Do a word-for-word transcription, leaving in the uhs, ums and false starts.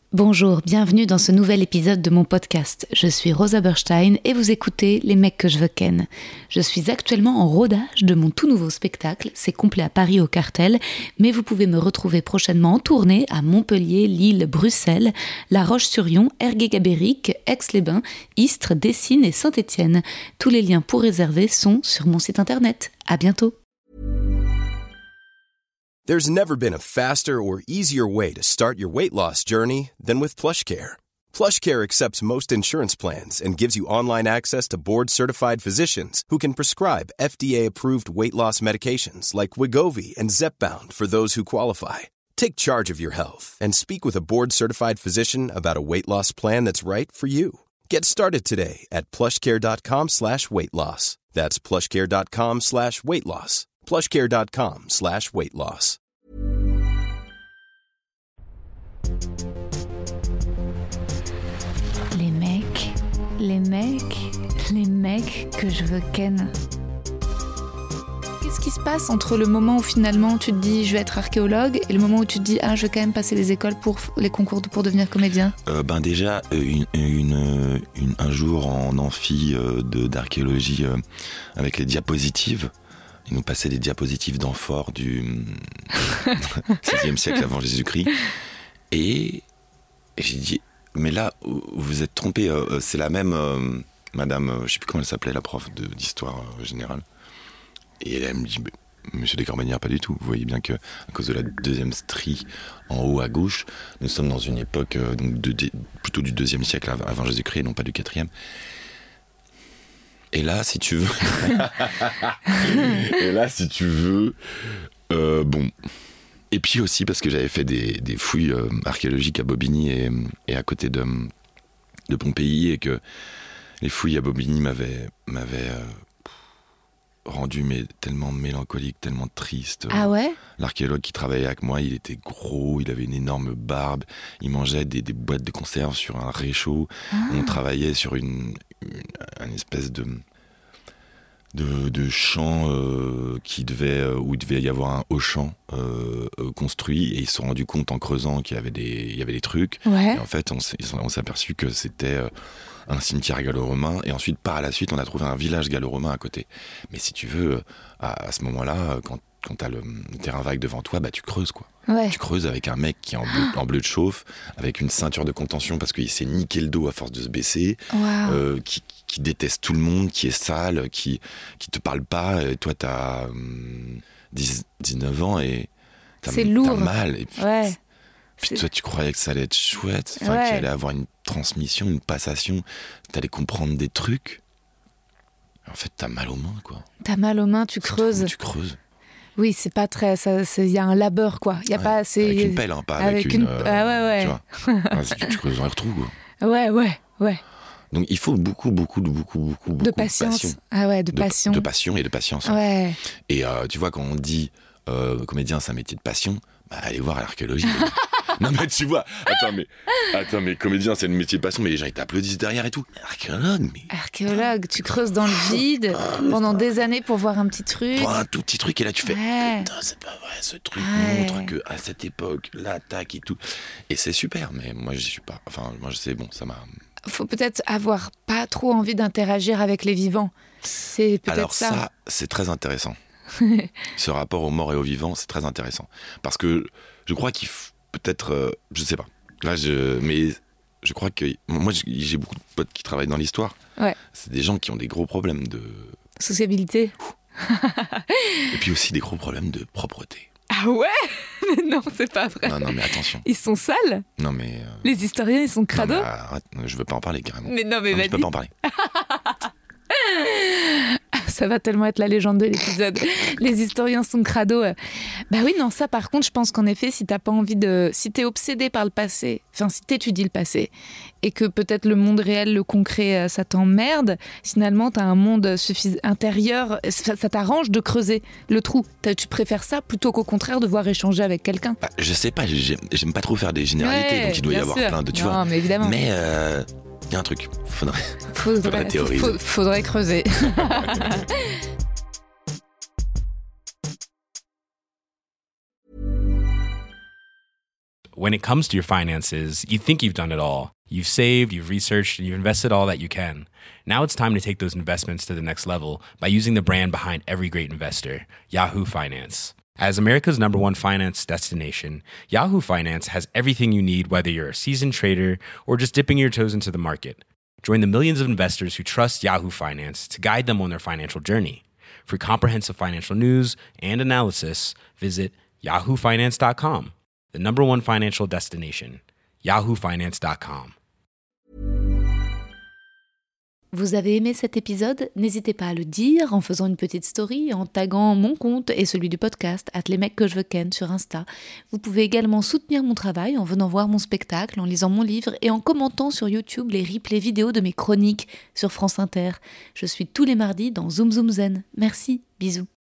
Bonjour, bienvenue dans ce nouvel épisode de mon podcast. Je suis Rosa Berstein et vous écoutez Les mecs que je veux ken. Je suis actuellement en rodage de mon tout nouveau spectacle, c'est complet à Paris au Cartel, mais vous pouvez me retrouver prochainement en tournée à Montpellier, Lille, Bruxelles, La Roche-sur-Yon, Ergué-Gabéric, Aix-les-Bains, Istres, Dessines et Saint-Étienne. Tous les liens pour réserver sont sur mon site internet. À bientôt. There's never been a faster or easier way to start your weight loss journey than with PlushCare. PlushCare accepts most insurance plans and gives you online access to board-certified physicians who can prescribe F D A-approved weight loss medications like Wegovy and Zepbound for those who qualify. Take charge of your health and speak with a board-certified physician about a weight loss plan that's right for you. Get started today at plushcare.com slash weight loss. That's plushcare.com slash weight loss. plushcare.com slash weight loss. Les mecs, les mecs, les mecs que je veux ken. Qu'est-ce qui se passe entre le moment où finalement tu te dis je vais être archéologue et le moment où tu te dis ah je vais quand même passer les écoles pour les concours pour devenir comédien? euh, Ben déjà une, une, une, un jour en amphi euh, de, d'archéologie euh, avec les diapositives. Ils nous passaient des diapositives d'amphores du sixième siècle avant Jésus-Christ. Et, et j'ai dit, mais là, vous vous êtes trompé, euh, c'est la même euh, madame, euh, je sais plus comment elle s'appelait, la prof de, d'histoire euh, générale. Et elle, elle me dit, monsieur Descorbanières, pas du tout. Vous voyez bien que à cause de la deuxième strie en haut à gauche, nous sommes dans une époque euh, donc de, de, plutôt du deuxième siècle avant Jésus-Christ, et non pas du quatrième. Et là, si tu veux... Et là, si tu veux... Euh, bon... Et puis aussi parce que j'avais fait des, des fouilles euh, archéologiques à Bobigny et, et à côté de, de Pompéi, et que les fouilles à Bobigny m'avaient, m'avaient euh, rendu mais, tellement mélancolique, tellement triste. Ah ouais? L'archéologue qui travaillait avec moi, il était gros, il avait une énorme barbe, il mangeait des, des boîtes de conserve sur un réchaud. Ah. On travaillait sur une, une, une espèce de... de, de champ euh, qui devait, euh, où il devait y avoir un haut champ euh, euh, construit, et ils se sont rendus compte en creusant qu'il y avait des, il y avait des trucs. Ouais. Et en fait on s'est, on s'est aperçu que c'était euh, un cimetière gallo-romain, et ensuite par la suite on a trouvé un village gallo-romain à côté. Mais si tu veux, à, à ce moment-là, quand, quand t'as le, le terrain vague devant toi, bah tu creuses quoi. Ouais. Tu creuses avec un mec qui est en bleu, en bleu de chauffe, avec une ceinture de contention parce qu'il s'est niqué le dos à force de se baisser, wow. euh, qui, qui déteste tout le monde, qui est sale, qui, qui te parle pas. Et toi, t'as hum, dix, dix-neuf ans et t'as, c'est lourd. T'as mal. Et puis, ouais. puis c'est... toi, tu croyais que ça allait être chouette, enfin, ouais. qu'il allait avoir une transmission, une passation, t'allais comprendre des trucs. En fait, t'as mal aux mains, quoi. T'as mal aux mains, tu creuses. Tu creuses. Oui, c'est pas très... Il y a un labeur, quoi. Y a ouais, pas, c'est... Avec une pelle, hein, pas avec, avec une... une... Euh, ah ouais, ouais. Tu vois, enfin, tu, tu creuses dans les trous, quoi. Ouais, ouais, ouais. Donc il faut beaucoup, beaucoup, beaucoup, beaucoup, beaucoup de patience. De passion. Ah ouais, de, de passion. De passion et de patience. Ouais. Et euh, tu vois, quand on dit euh, comédien, c'est un métier de passion, bah allez voir à l'archéologie. Non mais tu vois, attends mais, attends mais comédien, c'est le métier de passion, mais les gens ils t'applaudissent derrière et tout. Archéologue, mais... Archéologue, tu creuses dans le vide pendant des années pour voir un petit truc. Pour un tout petit truc, et là tu fais, ouais. putain c'est pas vrai, ce truc ouais. montre que à cette époque, l'attaque et tout. Et c'est super, mais moi je suis pas, enfin moi je sais, bon, ça m'a... Faut peut-être avoir pas trop envie d'interagir avec les vivants. C'est peut-être Alors ça. Alors ça, c'est très intéressant. Ce rapport aux morts et aux vivants, c'est très intéressant. Parce que je crois qu'il faut peut-être... Euh, je sais pas. Là, je... Mais je crois que... Moi, j'ai beaucoup de potes qui travaillent dans l'histoire. Ouais. C'est des gens qui ont des gros problèmes de... sociabilité. Et puis aussi des gros problèmes de propreté. Ah ouais? Mais non, c'est pas vrai. Non, non, mais attention. Ils sont sales? Non, mais... Euh... Les historiens, ils sont crado? Non, mais arrête, je veux pas en parler, carrément. Mais non, mais non, vas-y. Je peux pas en parler. Ça va tellement être la légende de l'épisode. Les historiens sont crado. Bah oui, non, ça par contre, je pense qu'en effet, si t'as pas envie de... Si t'es obsédé par le passé, enfin si t'étudies le passé, et que peut-être le monde réel, le concret, ça t'emmerde, finalement t'as un monde suffis... intérieur, ça, ça t'arrange de creuser le trou. T'as, tu préfères ça plutôt qu'au contraire devoir échanger avec quelqu'un? Bah, je sais pas, j'aime, j'aime pas trop faire des généralités, ouais, donc il doit y avoir sûr. plein de... Tu non, vois. mais évidemment. Mais... Euh... Il y a un truc, faudrait, faudrait, faudrait théoriser. Faudrait, faudrait creuser. when it comes to your finances, you think you've done it all. You've saved, you've researched, and you've invested all that you can. Now it's time to take those investments to the next level by using the brand behind every great investor, Yahoo Finance. As America's number one finance destination, Yahoo Finance has everything you need, whether you're a seasoned trader or just dipping your toes into the market. Join the millions of investors who trust Yahoo Finance to guide them on their financial journey. For comprehensive financial news and analysis, visit yahoo finance dot com, the number one financial destination, yahoo finance dot com. Vous avez aimé cet épisode ? N'hésitez pas à le dire en faisant une petite story, en taguant mon compte et celui du podcast, at les mecs que je veux ken sur Insta. Vous pouvez également soutenir mon travail en venant voir mon spectacle, en lisant mon livre et en commentant sur YouTube les replays vidéo de mes chroniques sur France Inter. Je suis tous les mardis dans Zoom Zoom Zen. Merci, bisous.